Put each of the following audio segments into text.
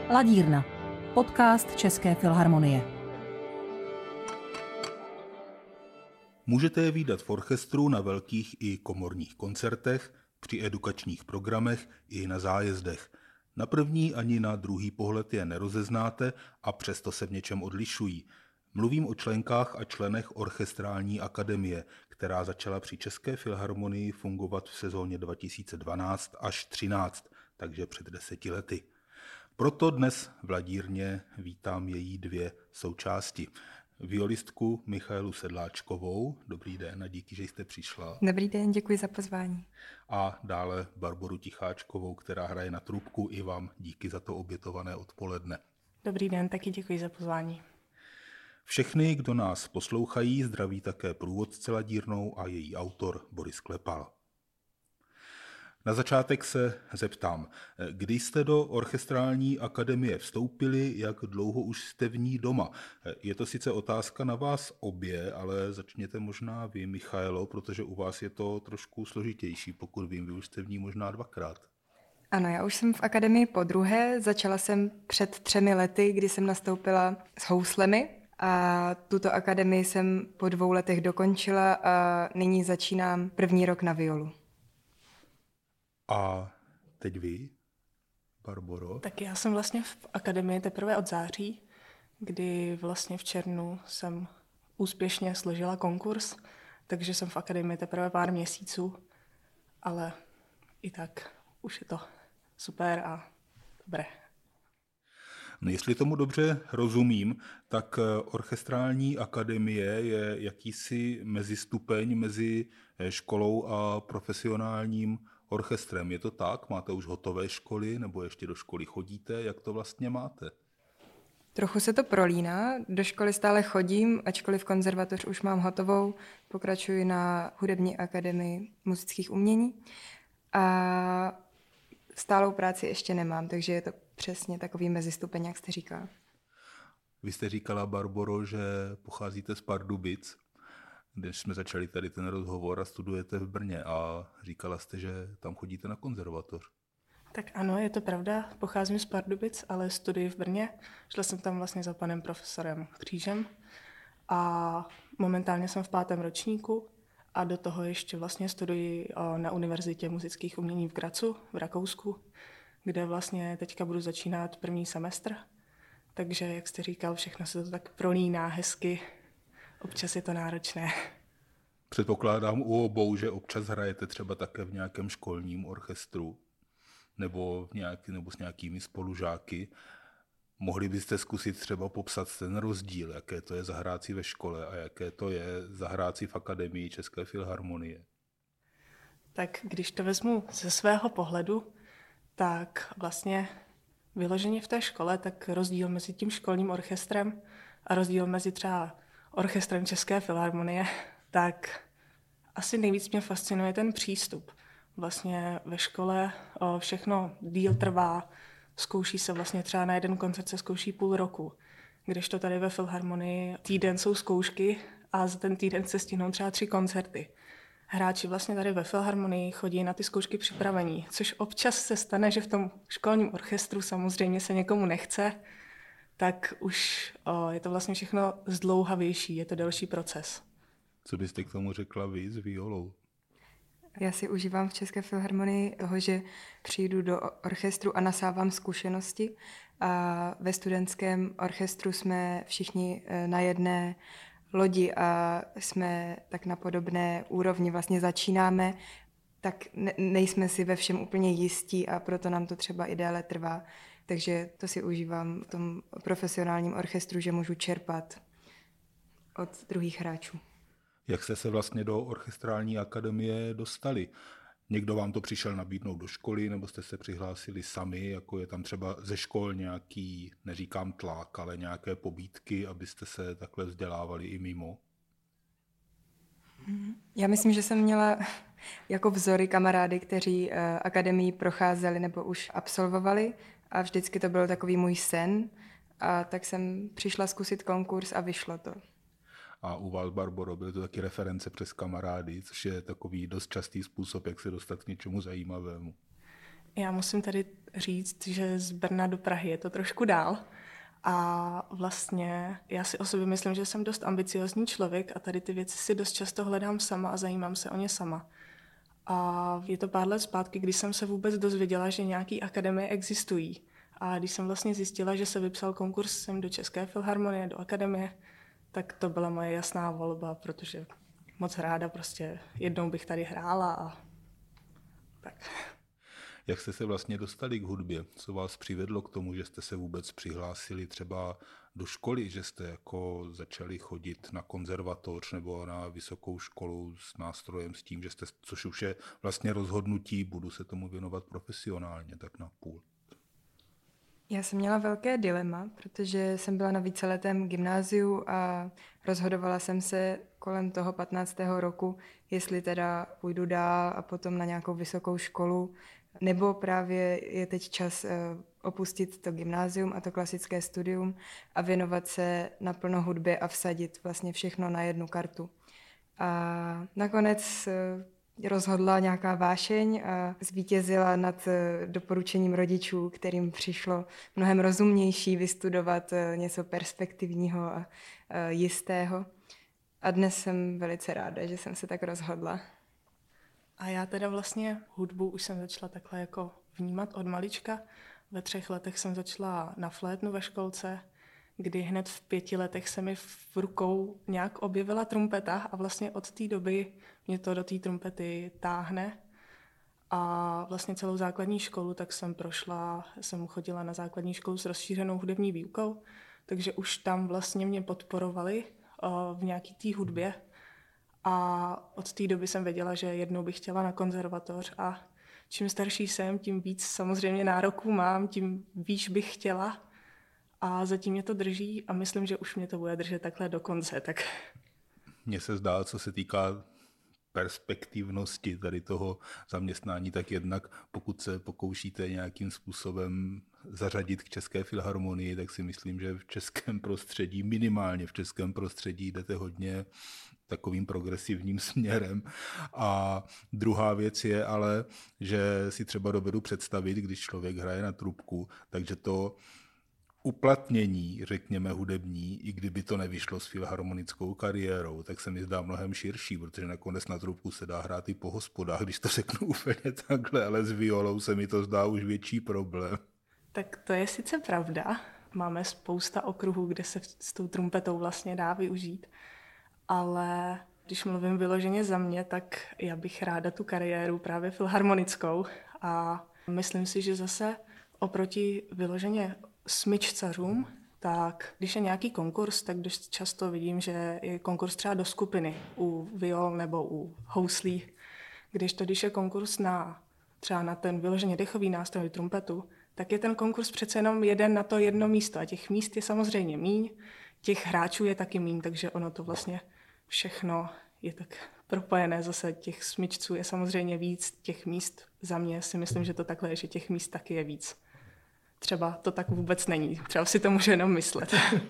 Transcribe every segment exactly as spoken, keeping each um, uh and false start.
Ladírna, podcast České filharmonie. Můžete je vídat v orchestru na velkých i komorních koncertech, při edukačních programech i na zájezdech. Na první ani na druhý pohled je nerozeznáte a přesto se v něčem odlišují. Mluvím o členkách a členech Orchestrální akademie, která začala při České filharmonii fungovat v sezóně dva tisíce dvanáct až třináct, takže před deseti lety. Proto dnes v Ladírně vítám její dvě součásti. Violistku Michaelu Sedláčkovou, dobrý den a díky, že jste přišla. Dobrý den, děkuji za pozvání. A dále Barboru Ticháčkovou, která hraje na trubku, i vám díky za to obětované odpoledne. Dobrý den, taky děkuji za pozvání. Všechny, kdo nás poslouchají, zdraví také průvodce Ladírnou a její autor Boris Klepal. Na začátek se zeptám, kdy jste do Orchestrální akademie vstoupili, jak dlouho už jste v ní doma? Je to sice otázka na vás obě, ale začněte možná vy, Michaelo, protože u vás je to trošku složitější, pokud vím, vy už jste v ní možná dvakrát. Ano, já už jsem v akademii po druhé, začala jsem před třemi lety, kdy jsem nastoupila s houslemi a tuto akademii jsem po dvou letech dokončila a nyní začínám první rok na violu. A teď vy, Barboro? Tak já jsem vlastně v akademii teprve od září, kdy vlastně v červnu jsem úspěšně složila konkurs, takže jsem v akademii teprve pár měsíců, ale i tak už je to super a dobré. No, jestli tomu dobře rozumím, tak Orchestrální akademie je jakýsi mezistupeň mezi školou a profesionálním orchestrem. Je to tak? Máte už hotové školy nebo ještě do školy chodíte? Jak to vlastně máte? Trochu se to prolíná. Do školy stále chodím, ačkoliv konzervatoř už mám hotovou. Pokračuji na hudební akademii muzických umění. A stálou práci ještě nemám, takže je to přesně takový mezistupeň, jak jste říkala. Vy jste říkala, Barboro, že pocházíte z Pardubic, když jsme začali tady ten rozhovor a studujete v Brně a říkala jste, že tam chodíte na konzervatoř. Tak ano, je to pravda, pocházím z Pardubic, ale studuji v Brně. Šla jsem tam vlastně za panem profesorem Křížem a momentálně jsem v pátém ročníku a do toho ještě vlastně studuji na Univerzitě muzických umění v Grazu v Rakousku, kde vlastně teďka budu začínat první semestr. Takže, jak jste říkal, všechno se to tak prolíná hezky. Občas je to náročné. Předpokládám u obou, že občas hrajete třeba také v nějakém školním orchestru nebo, v nějaký, nebo s nějakými spolužáky. Mohli byste zkusit třeba popsat ten rozdíl, jaké to je zahrát si ve škole a jaké to je zahrát si v Akademii České filharmonie? Tak když to vezmu ze svého pohledu, tak vlastně vyloženě v té škole, tak rozdíl mezi tím školním orchestrem a rozdíl mezi třeba orchestrem České filharmonie, tak asi nejvíc mě fascinuje ten přístup. Vlastně ve škole všechno díl trvá, zkouší se vlastně třeba na jeden koncert se zkouší půl roku, kdežto tady ve filharmonii týden jsou zkoušky a za ten týden se stihnou třeba tři koncerty. Hráči vlastně tady ve filharmonii chodí na ty zkoušky připravení, což občas se stane, že v tom školním orchestru samozřejmě se někomu nechce, tak už o, je to vlastně všechno zdlouhavější, je to delší proces. Co byste k tomu řekla vy s violou? Já si užívám v České filharmonii toho, že přijdu do orchestru a nasávám zkušenosti. A ve studentském orchestru jsme všichni na jedné lodi a jsme tak na podobné úrovni. Vlastně začínáme, tak ne- nejsme si ve všem úplně jistí a proto nám to třeba i déle trvá. Takže to si užívám v tom profesionálním orchestru, že můžu čerpat od druhých hráčů. Jak jste se vlastně do Orchestrální akademie dostali? Někdo vám to přišel nabídnout do školy, nebo jste se přihlásili sami, jako je tam třeba ze škol nějaký, neříkám tlak, ale nějaké pobídky, abyste se takhle vzdělávali i mimo? Já myslím, že jsem měla jako vzory kamarády, kteří uh, akademii procházeli nebo už absolvovali a vždycky to byl takový můj sen a tak jsem přišla zkusit konkurs a vyšlo to. A u vás, Barboro, byly to taky reference přes kamarády, což je takový dost častý způsob, jak se dostat k něčemu zajímavému. Já musím tady říct, že z Brna do Prahy je to trošku dál. A vlastně já si o sobě myslím, že jsem dost ambiciozní člověk a tady ty věci si dost často hledám sama a zajímám se o ně sama. A je to pár let zpátky, kdy jsem se vůbec dozvěděla, že nějaké akademie existují. A když jsem vlastně zjistila, že se vypsal konkurs sem do České filharmonie, do akademie, tak to byla moje jasná volba, protože moc ráda prostě jednou bych tady hrála a tak. Jak jste se vlastně dostali k hudbě? Co vás přivedlo k tomu, že jste se vůbec přihlásili třeba do školy, že jste jako začali chodit na konzervatoř nebo na vysokou školu s nástrojem s tím, že jste, což už je vlastně rozhodnutí, budu se tomu věnovat profesionálně, tak na půl. Já jsem měla velké dilema, protože jsem byla na víceletém gymnáziu a rozhodovala jsem se kolem toho patnáctého roku, jestli teda půjdu dál a potom na nějakou vysokou školu, nebo právě je teď čas opustit to gymnázium a to klasické studium a věnovat se naplno hudbě a vsadit vlastně všechno na jednu kartu. A nakonec rozhodla nějaká vášeň a zvítězila nad doporučením rodičů, kterým přišlo mnohem rozumnější vystudovat něco perspektivního a jistého. A dnes jsem velice ráda, že jsem se tak rozhodla. A já teda vlastně hudbu už jsem začala takhle jako vnímat od malička. Ve třech letech jsem začala na flétnu ve školce, kdy hned v pěti letech se mi v rukou nějak objevila trumpeta a vlastně od té doby mě to do té trumpety táhne. A vlastně celou základní školu tak jsem prošla, jsem chodila na základní školu s rozšířenou hudební výukou, takže už tam vlastně mě podporovali v nějaký té hudbě. A od té doby jsem věděla, že jednou bych chtěla na konzervatoř a čím starší jsem, tím víc samozřejmě nároků mám, tím víc bych chtěla. A zatím mě to drží a myslím, že už mě to bude držet takhle do konce. Tak. Mně se zdá, co se týká perspektivnosti tady toho zaměstnání, tak jednak pokud se pokoušíte nějakým způsobem zařadit k České filharmonii, tak si myslím, že v českém prostředí, minimálně v českém prostředí, jdete hodně takovým progresivním směrem. A druhá věc je ale, že si třeba dovedu představit, když člověk hraje na trubku, takže to uplatnění, řekněme hudební, i kdyby to nevyšlo s filharmonickou kariérou, tak se mi zdá mnohem širší, protože nakonec na trubku se dá hrát i po hospodách, když to řeknu úplně takhle, ale s violou se mi to zdá už větší problém. Tak to je sice pravda. Máme spousta okruhů, kde se s tou trumpetou vlastně dá využít, ale když mluvím vyloženě za mě, tak já bych ráda tu kariéru právě filharmonickou a myslím si, že zase oproti vyloženě smyčcařům, tak když je nějaký konkurs, tak dost často vidím, že je konkurs třeba do skupiny u viol nebo u houslí, když to, když je konkurs na třeba na ten vyloženě dechový nástroj trumpetu, tak je ten konkurs přece jenom jeden na to jedno místo a těch míst je samozřejmě míň, těch hráčů je taky míň, takže ono to vlastně všechno je tak propojené. Zase těch smyčců je samozřejmě víc, těch míst za mě si myslím, že to takhle je, že těch míst taky je víc. Třeba to tak vůbec není, třeba si to můžu jenom myslet.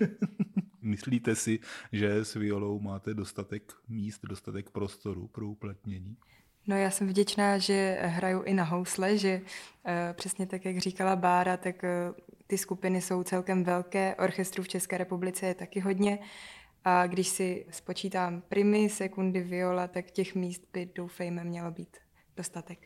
Myslíte si, že s violou máte dostatek míst, dostatek prostoru pro uplatnění? No já jsem vděčná, že hraju i na housle, že uh, přesně tak, jak říkala Bára, tak uh, ty skupiny jsou celkem velké, orchestrů v České republice je taky hodně a když si spočítám primy, sekundy, viola, tak těch míst by doufejme mělo být dostatek.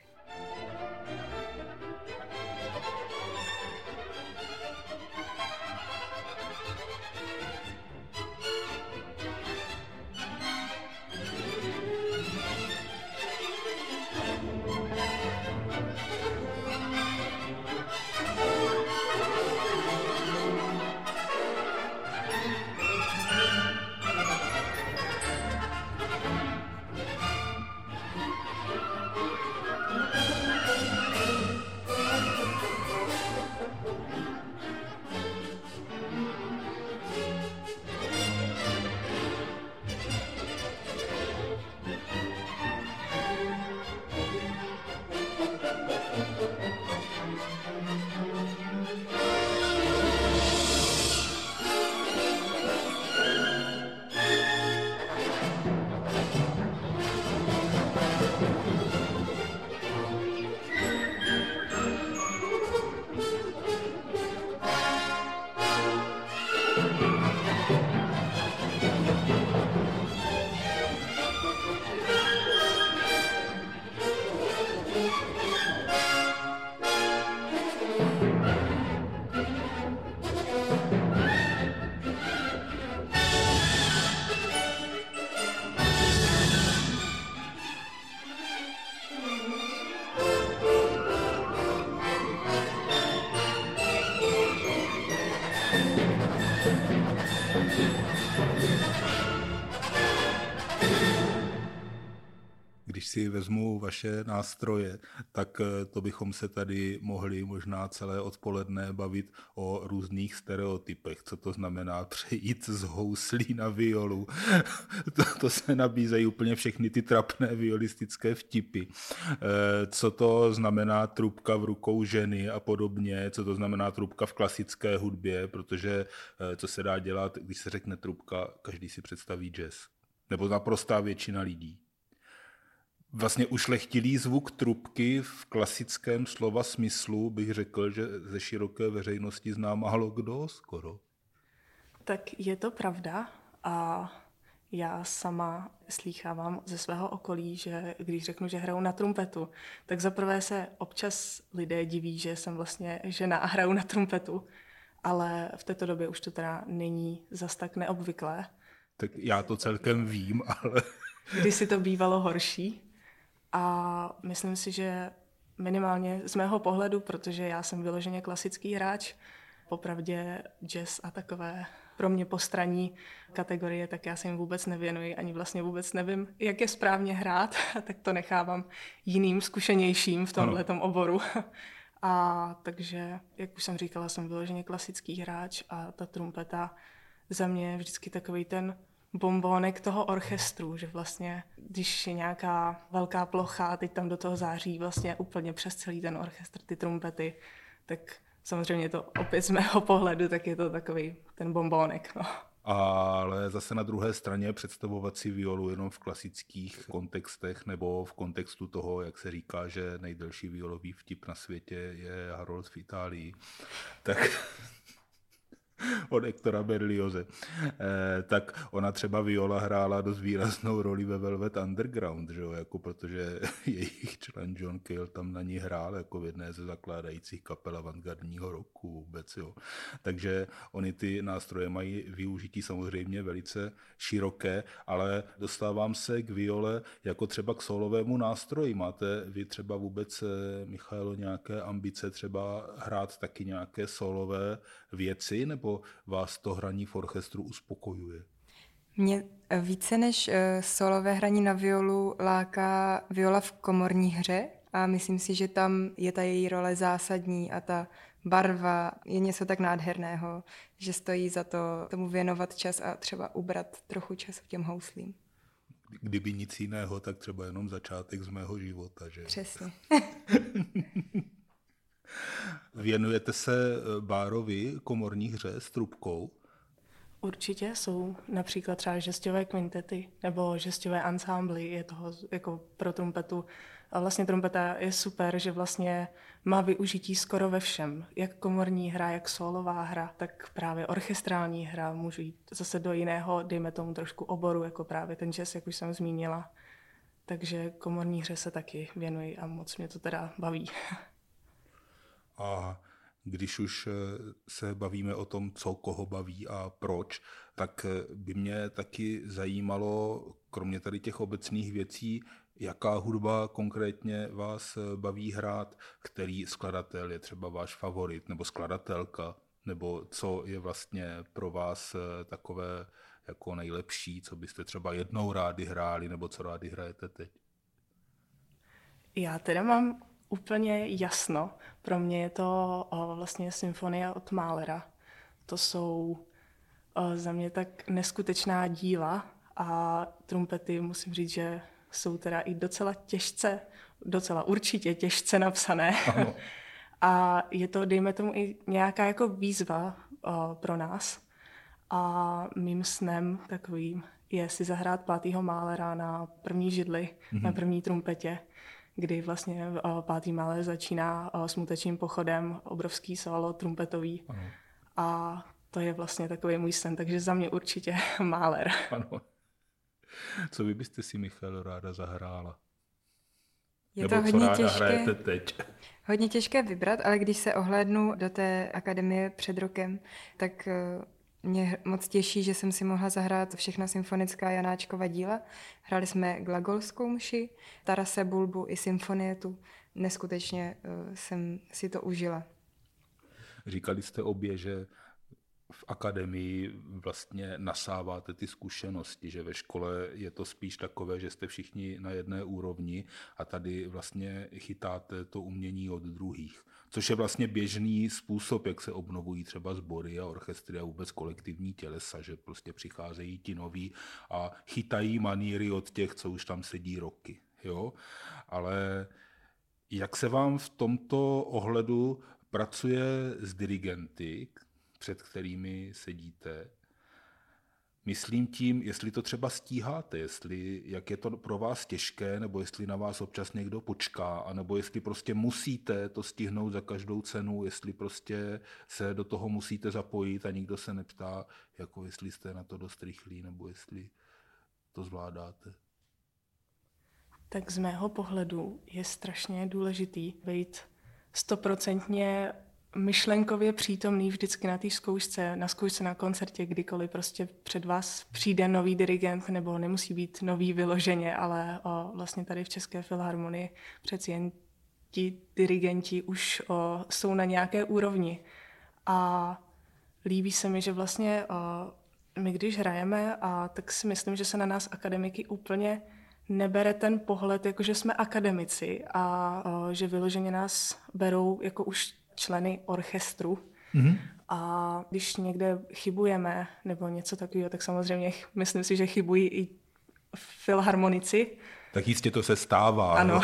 si vezmu vaše nástroje, tak to bychom se tady mohli možná celé odpoledne bavit o různých stereotypech. Co to znamená přejít z houslí na violu. to, to se nabízejí úplně všechny ty trapné violistické vtipy. Co to znamená trubka v rukou ženy a podobně, co to znamená trubka v klasické hudbě, protože co se dá dělat, když se řekne trubka, každý si představí jazz. Nebo naprostá většina lidí. Vlastně ušlechtilý zvuk trubky v klasickém slova smyslu bych řekl, že ze široké veřejnosti zná málo kdo skoro. Tak je to pravda a já sama slýchávám ze svého okolí, že když řeknu, že hraju na trumpetu, tak zaprvé se občas lidé diví, že jsem vlastně žena a hraju na trumpetu, ale v této době už to teda není zas tak neobvyklé. Tak já to celkem vím, ale... Kdysi to bývalo horší a myslím si, že minimálně z mého pohledu, protože já jsem vyloženě klasický hráč, popravdě jazz a takové pro mě postraní kategorie, tak já se jim vůbec nevěnuji, ani vlastně vůbec nevím, jak je správně hrát, tak to nechávám jiným zkušenějším v tomhletom oboru. A takže, jak už jsem říkala, jsem vyloženě klasický hráč a ta trumpeta za mě je vždycky takový ten bombónek toho orchestru, že vlastně, když je nějaká velká plocha a teď tam do toho září vlastně úplně přes celý ten orchestr ty trumpety, tak samozřejmě to opět z mého pohledu, tak je to takový ten bombónek. No. Ale zase na druhé straně představovat si violu jenom v klasických kontextech nebo v kontextu toho, jak se říká, že nejdelší violový vtip na světě je Harold v Itálii. Tak... od Hectora Berlioze, eh, tak ona třeba viola hrála dost výraznou roli ve Velvet Underground, že jo? Jako protože jejich člen John Cale tam na ní hrál jako v jedné ze zakládajících kapel avantgardního roku vůbec. Jo? Takže oni ty nástroje mají využití samozřejmě velice široké, ale dostávám se k viole jako třeba k solovému nástroji. Máte vy třeba vůbec, Michaelo, nějaké ambice třeba hrát taky nějaké solové věci, nebo vás to hraní v orchestru uspokojuje? Mě více než solové hraní na violu láká viola v komorní hře a myslím si, že tam je ta její role zásadní a ta barva je něco tak nádherného, že stojí za to tomu věnovat čas a třeba ubrat trochu času těm houslím. Kdyby nic jiného, tak třeba jenom začátek z mého života, že? Přesně. Věnujete se Bárovi komorní hře s trubkou? Určitě jsou například třeba žesťové kvintety nebo žesťové ansámbly, je toho jako pro trumpetu. A vlastně trumpeta je super, že vlastně má využití skoro ve všem. Jak komorní hra, jak solová hra, tak právě orchestrální hra. Můžu jít zase do jiného, dejme tomu trošku oboru, jako právě ten jazz, jak už jsem zmínila. Takže komorní hře se taky věnuji a moc mě to teda baví. A když už se bavíme o tom, co koho baví a proč, tak by mě taky zajímalo, kromě tady těch obecných věcí, jaká hudba konkrétně vás baví hrát, který skladatel je třeba váš favorit, nebo skladatelka, nebo co je vlastně pro vás takové jako nejlepší, co byste třeba jednou rádi hráli, nebo co rádi hrajete teď? Já teda mám úplně jasno. Pro mě je to o, vlastně symfonie od Mahlera. To jsou o, za mě tak neskutečná díla a trumpety, musím říct, že jsou teda i docela těžce, docela určitě těžce napsané. A je to, dejme tomu, i nějaká jako výzva o, pro nás. A mým snem takovým je si zahrát pátýho Mahlera na první židli, mm-hmm. na první trumpetě, kdy vlastně pátý Mahler začíná smutečným pochodem, obrovský solo trumpetový. Ano. A to je vlastně takový můj sen, takže za mě určitě Mahler. Ano. Co vy byste si, Michal, ráda zahrála? Je Nebo to co hodně ráda těžké, hrajete teď? Hodně těžké vybrat, ale když se ohlédnu do té akademie před rokem, tak mě moc těší, že jsem si mohla zahrát všechna symfonická Janáčkova díla. Hráli jsme Glagolskou mši, Tarase Bulbu i symfonietu. Neskutečně uh, jsem si to užila. Říkali jste obě, že v akademii vlastně nasáváte ty zkušenosti, že ve škole je to spíš takové, že jste všichni na jedné úrovni a tady vlastně chytáte to umění od druhých. Což je vlastně běžný způsob, jak se obnovují třeba sbory a orchestry a vůbec kolektivní tělesa, že prostě přicházejí ti noví a chytají maníry od těch, co už tam sedí roky. Jo? Ale jak se vám v tomto ohledu pracuje s dirigenty, před kterými sedíte? Myslím tím, jestli to třeba stíháte, jestli, jak je to pro vás těžké, nebo jestli na vás občas někdo počká, anebo jestli prostě musíte to stihnout za každou cenu, jestli prostě se do toho musíte zapojit a nikdo se neptá, jako jestli jste na to dost rychlí, nebo jestli to zvládáte. Tak z mého pohledu je strašně důležitý být stoprocentně myšlenkově přítomný vždycky na té zkoušce, na zkoušce na koncertě, kdykoliv prostě před vás přijde nový dirigent, nebo nemusí být nový vyloženě, ale o, vlastně tady v České filharmonii přeci jen ti dirigenti už o, jsou na nějaké úrovni. A líbí se mi, že vlastně o, my když hrajeme, a tak si myslím, že se na nás akademiky úplně nebere ten pohled, jako že jsme akademici a o, že vyloženě nás berou jako už členy orchestru. Mm-hmm. A když někde chybujeme nebo něco takového, tak samozřejmě myslím si, že chybují i filharmonici. Tak jistě to se stává. Ano,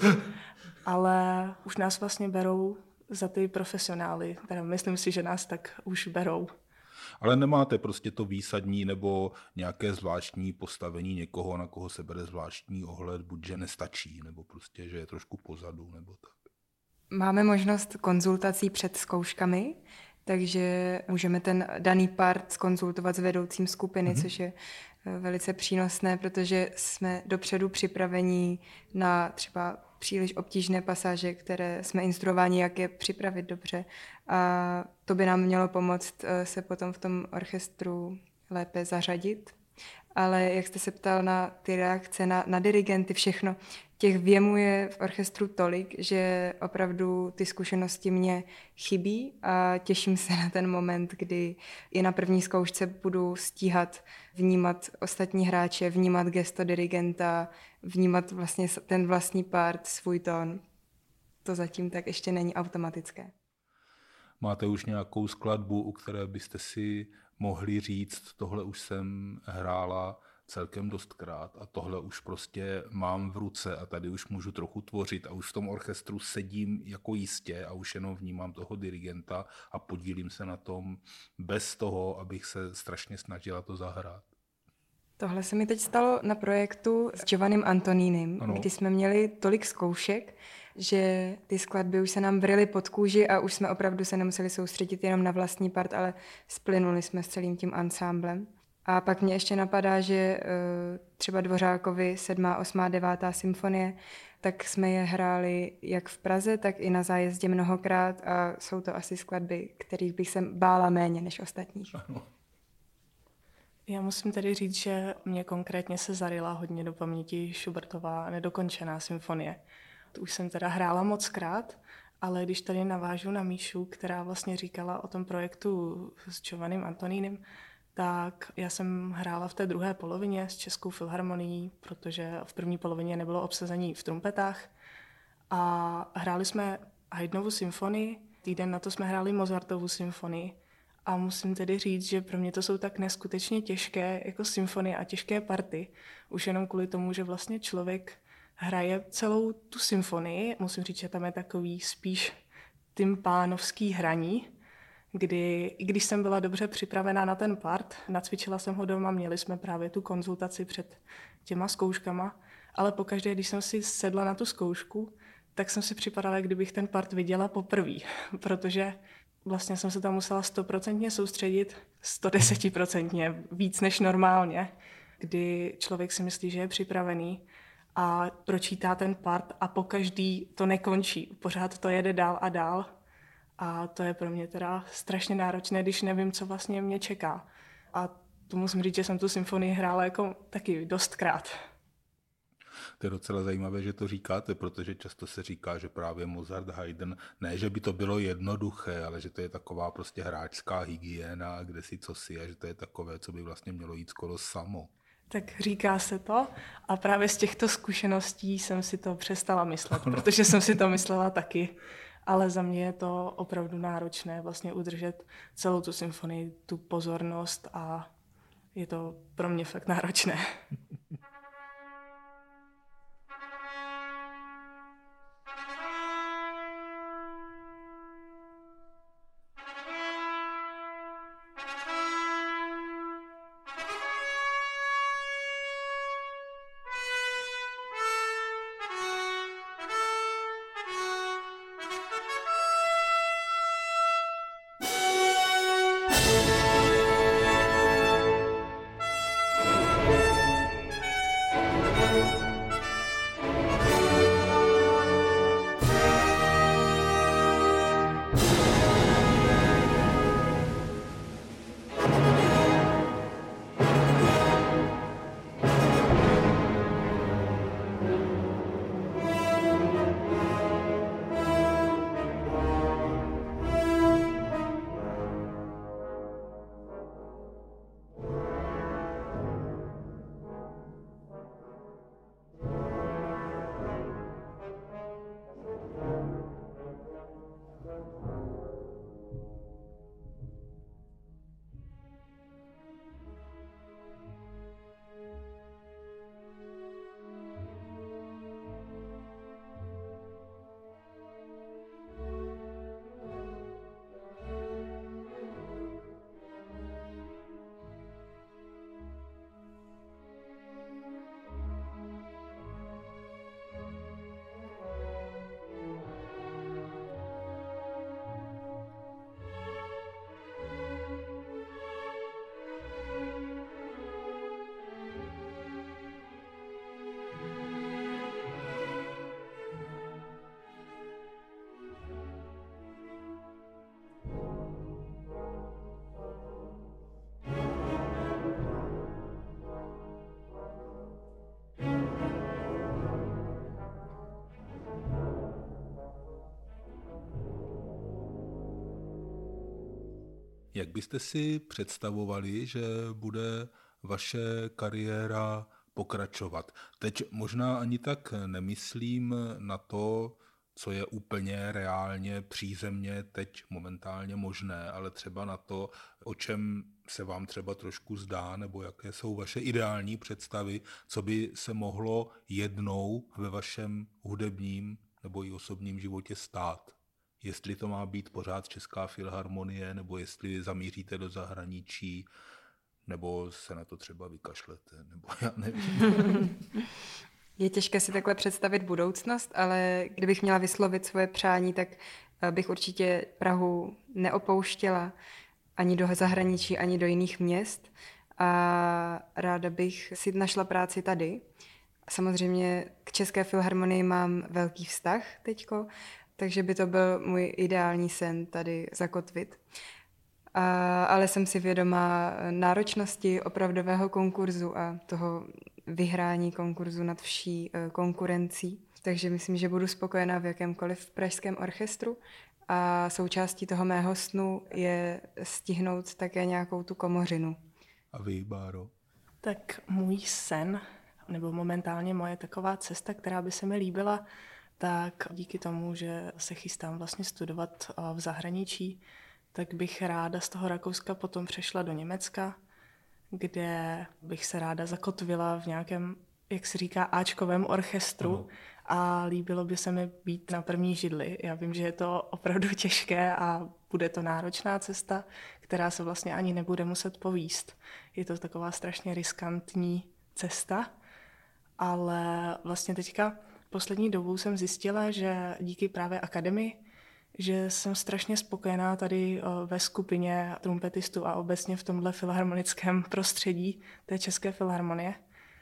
ale už nás vlastně berou za ty profesionály. Teda myslím si, že nás tak už berou. Ale nemáte prostě to výsadní nebo nějaké zvláštní postavení někoho, na koho se bere zvláštní ohled, buď že nestačí, nebo prostě, že je trošku pozadu, nebo tak. Máme možnost konzultací před zkouškami, takže můžeme ten daný part zkonzultovat s vedoucím skupiny, mm-hmm. což je velice přínosné, protože jsme dopředu připraveni na třeba příliš obtížné pasáže, které jsme instruováni, jak je připravit dobře. A to by nám mělo pomoct se potom v tom orchestru lépe zařadit. Ale jak jste se ptal na ty reakce, na, na dirigenty, všechno, těch věmů je v orchestru tolik, že opravdu ty zkušenosti mě chybí a těším se na ten moment, kdy i na první zkoušce budu stíhat vnímat ostatní hráče, vnímat gesto dirigenta, vnímat vlastně ten vlastní part, svůj tón. To zatím tak ještě není automatické. Máte už nějakou skladbu, u které byste si mohli říct, tohle už jsem hrála celkem dostkrát a tohle už prostě mám v ruce a tady už můžu trochu tvořit a už v tom orchestru sedím jako jistě a už jenom vnímám toho dirigenta a podílím se na tom bez toho, abych se strašně snažila to zahrát. Tohle se mi teď stalo na projektu s Giovannim Antoninem, ano. Kdy jsme měli tolik zkoušek, že ty skladby už se nám vryly pod kůži a už jsme opravdu se nemuseli soustředit jenom na vlastní part, ale splynuli jsme s celým tím ansámblem. A pak mě ještě napadá, že třeba Dvořákovi sedmá, osmá, devátá symfonie, tak jsme je hráli jak v Praze, tak i na zájezdě mnohokrát a jsou to asi skladby, kterých bych se bála méně než ostatních. Ano. Já musím tedy říct, že mě konkrétně se zaryla hodně do paměti Schubertova nedokončená symfonie. To už jsem teda hrála mockrát, ale když tady navážu na Míšu, která vlastně říkala o tom projektu s Giovannim Antoninem, tak já jsem hrála v té druhé polovině s Českou filharmonií, protože v první polovině nebylo obsazení v trumpetách. A hráli jsme Haydnovu symfonii, týden na to jsme hráli Mozartovu symfonii. A musím tedy říct, že pro mě to jsou tak neskutečně těžké jako symfonie a těžké party. Už jenom kvůli tomu, že vlastně člověk hraje celou tu symfonii. Musím říct, že tam je takový spíš tympánovský hraní, kdy, i když jsem byla dobře připravená na ten part, nacvičila jsem ho doma, měli jsme právě tu konzultaci před těma zkouškama, ale pokaždé, když jsem si sedla na tu zkoušku, tak jsem si připadala, kdybych ten part viděla poprvé, protože vlastně jsem se tam musela stoprocentně soustředit, sto deset procent víc než normálně, kdy člověk si myslí, že je připravený a pročítá ten part a pokaždý to nekončí. Pořád to jede dál a dál a to je pro mě teda strašně náročné, když nevím, co vlastně mě čeká. A to musím říct, že jsem tu symfonii hrála jako taky dostkrát. To je docela zajímavé, že to říkáte, protože často se říká, že právě Mozart, Haydn, ne, že by to bylo jednoduché, ale že to je taková prostě hráčská hygiena, kde si co si a že to je takové, co by vlastně mělo jít skoro samo. Tak říká se to a právě z těchto zkušeností jsem si to přestala myslet, protože jsem si to myslela taky. Ale za mě je to opravdu náročné vlastně udržet celou tu symfonii, tu pozornost a je to pro mě fakt náročné. Jak byste si představovali, že bude vaše kariéra pokračovat? Teď možná ani tak nemyslím na to, co je úplně reálně, přízemně teď momentálně možné, ale třeba na to, o čem se vám třeba trošku zdá, nebo jaké jsou vaše ideální představy, co by se mohlo jednou ve vašem hudebním nebo i osobním životě stát. Jestli to má být pořád Česká filharmonie, nebo jestli zamíříte do zahraničí, nebo se na to třeba vykašlete, nebo já nevím. Je těžké si takhle představit budoucnost, ale kdybych měla vyslovit svoje přání, tak bych určitě Prahu neopouštěla ani do zahraničí, ani do jiných měst a ráda bych si našla práci tady. Samozřejmě k České filharmonii mám velký vztah teďko, takže by to byl můj ideální sen tady zakotvit. A, ale jsem si vědomá náročnosti opravdového konkurzu a toho vyhrání konkurzu nad vší konkurencí. Takže myslím, že budu spokojená v jakémkoliv pražském orchestru a součástí toho mého snu je stihnout také nějakou tu komořinu. A vy, Báro? Tak můj sen, nebo momentálně moje taková cesta, která by se mi líbila, tak díky tomu, že se chystám vlastně studovat v zahraničí, tak bych ráda z toho Rakouska potom přešla do Německa, kde bych se ráda zakotvila v nějakém, jak se říká, áčkovém orchestru. Ano. A líbilo by se mi být na první židli. Já vím, že je to opravdu těžké a bude to náročná cesta, která se vlastně ani nebude muset povíst. Je to taková strašně riskantní cesta, ale vlastně teďka poslední dobou jsem zjistila, že díky právě akademii, že jsem strašně spokojená tady ve skupině trumpetistů a obecně v tomhle filharmonickém prostředí té České filharmonie,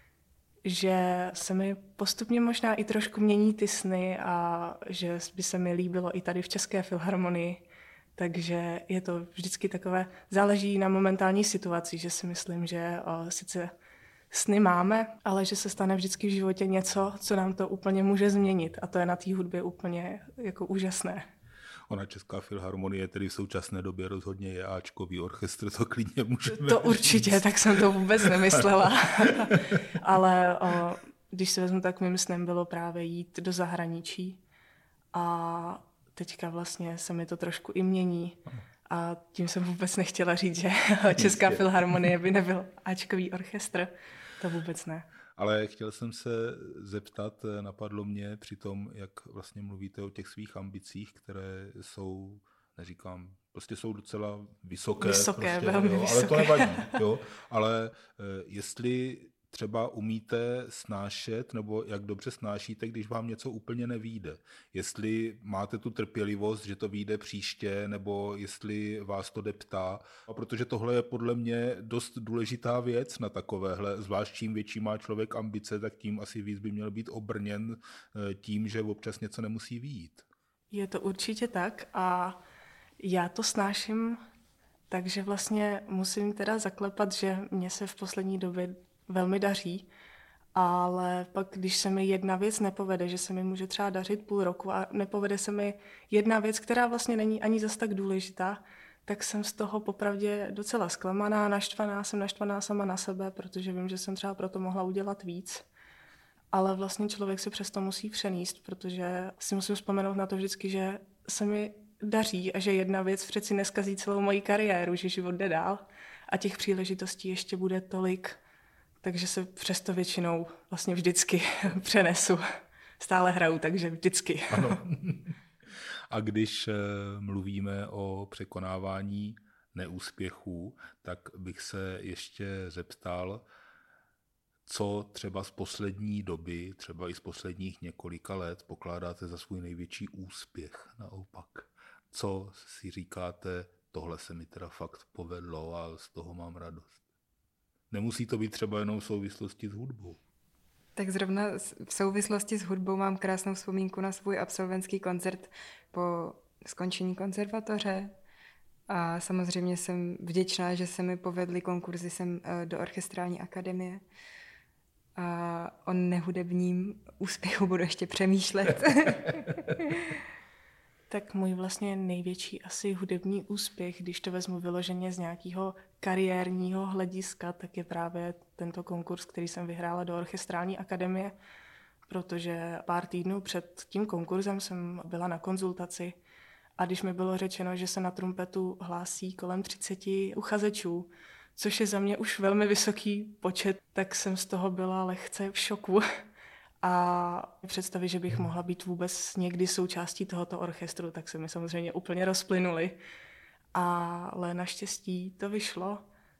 že se mi postupně možná i trošku mění ty sny a že by se mi líbilo i tady v České filharmonii. Takže je to vždycky takové, záleží na momentální situaci, že si myslím, že o, sice sny máme, ale že se stane vždycky v životě něco, co nám to úplně může změnit. A to je na té hudbě úplně jako úžasné. Ona Česká filharmonie tedy v současné době rozhodně je áčkový orchestr, to klidně můžeme To určitě, říct. tak jsem to vůbec nemyslela. Ale o, když se vezmu, tak mým snem bylo právě jít do zahraničí. A teďka vlastně se mi to trošku i mění. A tím jsem vůbec nechtěla říct, že Česká Jistě. filharmonie by nebyl áčkový orchestr. To vůbec ne. Ale chtěl jsem se zeptat, napadlo mě při tom, jak vlastně mluvíte o těch svých ambicích, které jsou, neříkám, prostě jsou docela vysoké. Vysoké, prostě, velmi jo, vysoké. Ale to nevadí. Jo. Ale jestli třeba umíte snášet, nebo jak dobře snášíte, když vám něco úplně nevyjde. Jestli máte tu trpělivost, že to vyjde příště, nebo jestli vás to deptá. A protože tohle je podle mě dost důležitá věc na takovéhle, zvlášť čím větší má člověk ambice, tak tím asi víc by měl být obrněn tím, že občas něco nemusí vyjít. Je to určitě tak a já to snáším, takže vlastně musím teda zaklepat, že mě se v poslední době velmi daří, ale pak, když se mi jedna věc nepovede, že se mi může třeba dařit půl roku a nepovede se mi jedna věc, která vlastně není ani zas tak důležitá, tak jsem z toho popravdě docela zklamaná, naštvaná, jsem naštvaná sama na sebe, protože vím, že jsem třeba proto mohla udělat víc. Ale vlastně člověk se přesto musí přenést, protože si musím vzpomenout na to vždycky, že se mi daří a že jedna věc přeci neskazí celou moji kariéru, že život jde dál a těch příležitostí ještě bude tolik, takže se přesto většinou vlastně vždycky přenesu. Stále hraju, takže vždycky. Ano. A když mluvíme o překonávání neúspěchů, tak bych se ještě zeptal, co třeba z poslední doby, třeba i z posledních několika let pokládáte za svůj největší úspěch naopak. Co si říkáte, tohle se mi teda fakt povedlo a z toho mám radost. Nemusí to být třeba jenom v souvislosti s hudbou. Tak zrovna v souvislosti s hudbou mám krásnou vzpomínku na svůj absolventský koncert po skončení konzervatoře. A samozřejmě jsem vděčná, že se mi povedly konkurzy sem do orchestrální akademie. A o nehudebním úspěchu budu ještě přemýšlet. Tak můj vlastně největší asi hudební úspěch, když to vezmu vyloženě z nějakého kariérního hlediska, tak je právě tento konkurs, který jsem vyhrála do orchestrální akademie, protože pár týdnů před tím konkurzem jsem byla na konzultaci a když mi bylo řečeno, že se na trumpetu hlásí kolem třicet uchazečů, což je za mě už velmi vysoký počet, tak jsem z toho byla lehce v šoku. A představy, že bych mohla být vůbec někdy součástí tohoto orchestru, tak se mi samozřejmě úplně rozplynuly. Ale naštěstí to vyšlo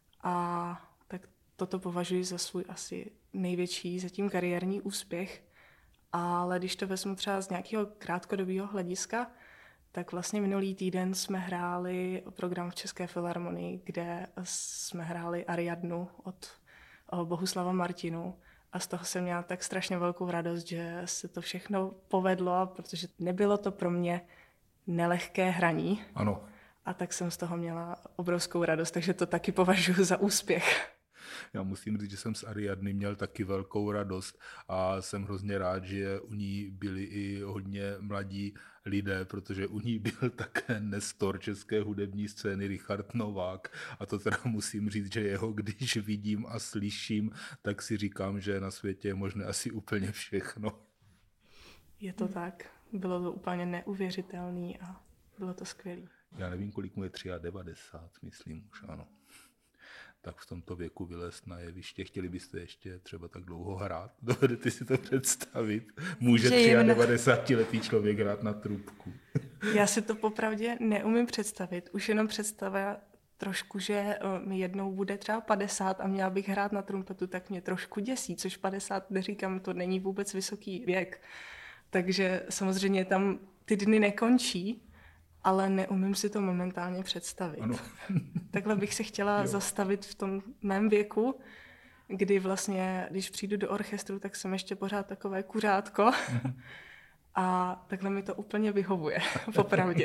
a tak toto považuji za svůj asi největší zatím kariérní úspěch. Ale když to vezmu třeba z nějakého krátkodobého hlediska, tak vlastně minulý týden jsme hráli program v České filharmonii, kde jsme hráli Ariadnu od Bohuslava Martinu. A z toho jsem měla tak strašně velkou radost, že se to všechno povedlo, protože nebylo to pro mě nelehké hraní. Ano. A tak jsem z toho měla obrovskou radost, takže to taky považuji za úspěch. Já musím říct, že jsem z Ariadny měl taky velkou radost a jsem hrozně rád, že u ní byli i hodně mladí lidé, protože u ní byl také nestor české hudební scény Richard Novák a to teda musím říct, že jeho když vidím a slyším, tak si říkám, že na světě je možné asi úplně všechno. Je to tak. Bylo to úplně neuvěřitelné a bylo to skvělé. Já nevím, kolik mu je devadesát tři, myslím už, ano. Tak v tomto věku vylézt na jeviště. Chtěli byste ještě třeba tak dlouho hrát? Dovedete si to představit? Může devadesátletý člověk hrát na trubku? Já si to popravdě neumím představit. Už jenom představit trošku, že mi jednou bude třeba padesát a měla bych hrát na trumpetu, tak mě trošku děsí, což padesát, neříkám, to není vůbec vysoký věk. Takže samozřejmě tam ty dny nekončí, ale neumím si to momentálně představit. Ano. Takhle bych se chtěla Jo. zastavit v tom mém věku, kdy vlastně, když přijdu do orchestru, tak jsem ještě pořád takové kuřátko a takhle mi to úplně vyhovuje, popravdě.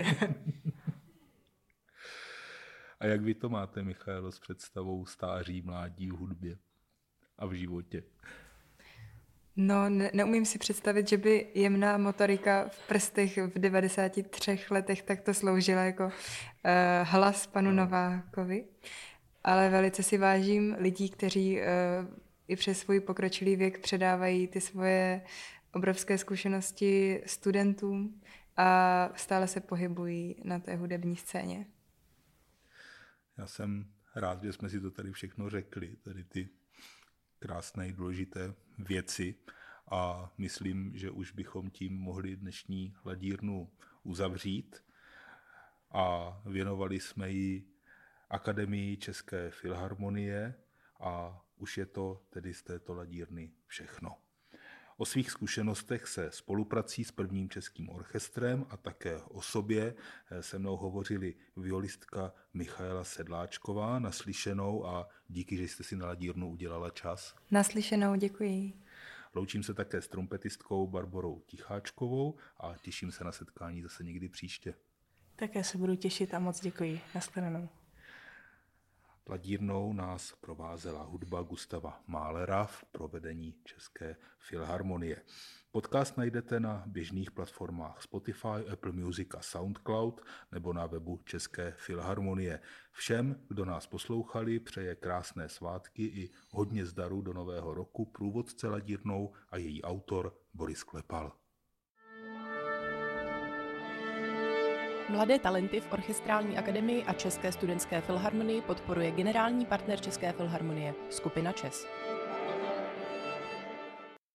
A jak vy to máte, Michaelo, s představou stáří mládí v hudbě? a v životě? No, ne, neumím si představit, že by jemná motorika v prstech v devadesáti třech letech takto sloužila jako uh, hlas panu Novákovi. Ale velice si vážím lidí, kteří uh, i přes svůj pokročilý věk předávají ty svoje obrovské zkušenosti studentům a stále se pohybují na té hudební scéně. Já jsem rád, že jsme si to tady všechno řekli, tady ty krásné, důležité věci a myslím, že už bychom tím mohli dnešní ladírnu uzavřít a věnovali jsme ji Akademii České filharmonie a už je to tedy z této ladírny všechno. O svých zkušenostech se spoluprací s prvním českým orchestrem a také o sobě se mnou hovořili violistka Michaela Sedláčková, naslyšenou a díky, že jste si na ladírnu udělala čas. Naslyšenou, děkuji. Loučím se také s trumpetistkou Barborou Ticháčkovou a těším se na setkání zase někdy příště. Také se budu těšit a moc děkuji. Nashledanou. Ladírnou nás provázela hudba Gustava Mahlera v provedení České filharmonie. Podcast najdete na běžných platformách Spotify, Apple Music a SoundCloud nebo na webu České filharmonie. Všem, kdo nás poslouchali, přeje krásné svátky i hodně zdaru do nového roku průvodce ladírnou a její autor Boris Klepal. Mladé talenty v Orchestrální akademii a České studentské filharmonii podporuje generální partner České filharmonie, skupina ČES.